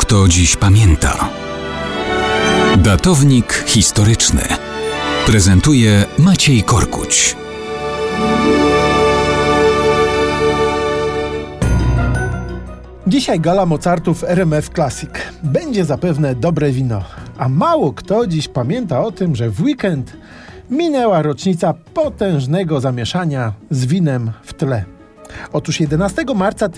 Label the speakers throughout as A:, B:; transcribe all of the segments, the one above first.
A: kto dziś pamięta. Datownik historyczny prezentuje Maciej Korkuć.
B: Dzisiaj gala Mozartów RMF Classic. Będzie zapewne dobre wino. A mało kto dziś pamięta o tym, że w weekend minęła rocznica potężnego zamieszania z winem w tle. Otóż 11 marca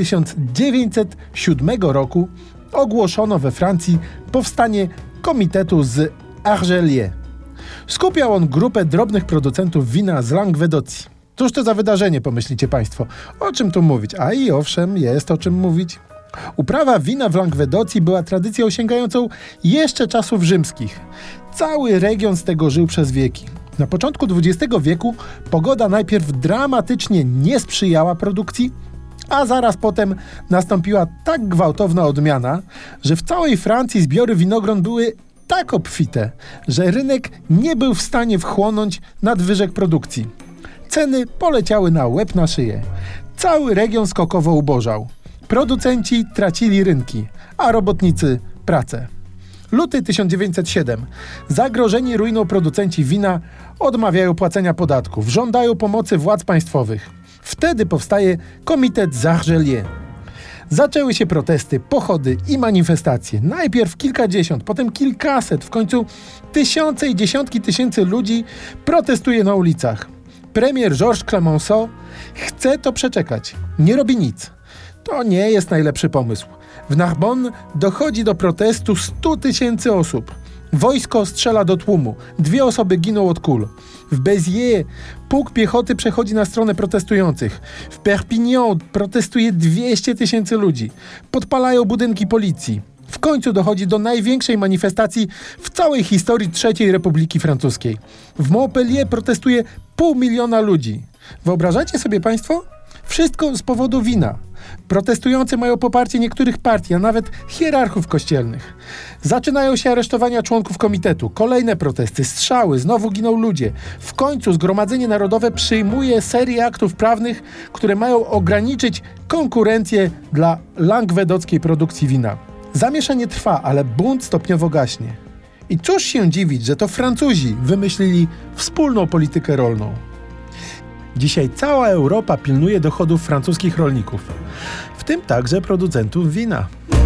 B: 1907 roku ogłoszono we Francji powstanie komitetu z Argelier. Skupiał on grupę drobnych producentów wina z Langwedocji. Cóż to za wydarzenie, pomyślicie Państwo? O czym tu mówić? A i owszem, jest o czym mówić. Uprawa wina w Langwedocji była tradycją sięgającą jeszcze czasów rzymskich. Cały region z tego żył przez wieki. Na początku XX wieku pogoda najpierw dramatycznie nie sprzyjała produkcji, a zaraz potem nastąpiła tak gwałtowna odmiana, że w całej Francji zbiory winogron były tak obfite, że rynek nie był w stanie wchłonąć nadwyżek produkcji. Ceny poleciały na łeb na szyję. Cały region skokowo ubożał. Producenci tracili rynki, a robotnicy pracę. Luty 1907. Zagrożeni ruiną producenci wina odmawiają płacenia podatków, żądają pomocy władz państwowych. Wtedy powstaje komitet z Argelier. Zaczęły się protesty, pochody i manifestacje. Najpierw kilkadziesiąt, potem kilkaset, w końcu tysiące i dziesiątki tysięcy ludzi protestuje na ulicach. Premier Georges Clemenceau chce to przeczekać. Nie robi nic. To nie jest najlepszy pomysł. W Narbonne dochodzi do protestu 100 000 osób. Wojsko strzela do tłumu. 2 osoby giną od kul. W Béziers pułk piechoty przechodzi na stronę protestujących. W Perpignan protestuje 200 000 ludzi. Podpalają budynki policji. W końcu dochodzi do największej manifestacji w całej historii III Republiki Francuskiej. W Montpellier protestuje 500 000 ludzi. Wyobrażacie sobie Państwo? Wszystko z powodu wina. Protestujący mają poparcie niektórych partii, a nawet hierarchów kościelnych. Zaczynają się aresztowania członków komitetu, kolejne protesty, strzały, znowu giną ludzie. W końcu Zgromadzenie Narodowe przyjmuje serię aktów prawnych, które mają ograniczyć konkurencję dla langwedockiej produkcji wina. Zamieszanie trwa, ale bunt stopniowo gaśnie. I cóż się dziwić, że to Francuzi wymyślili wspólną politykę rolną. Dzisiaj cała Europa pilnuje dochodów francuskich rolników, w tym także producentów wina.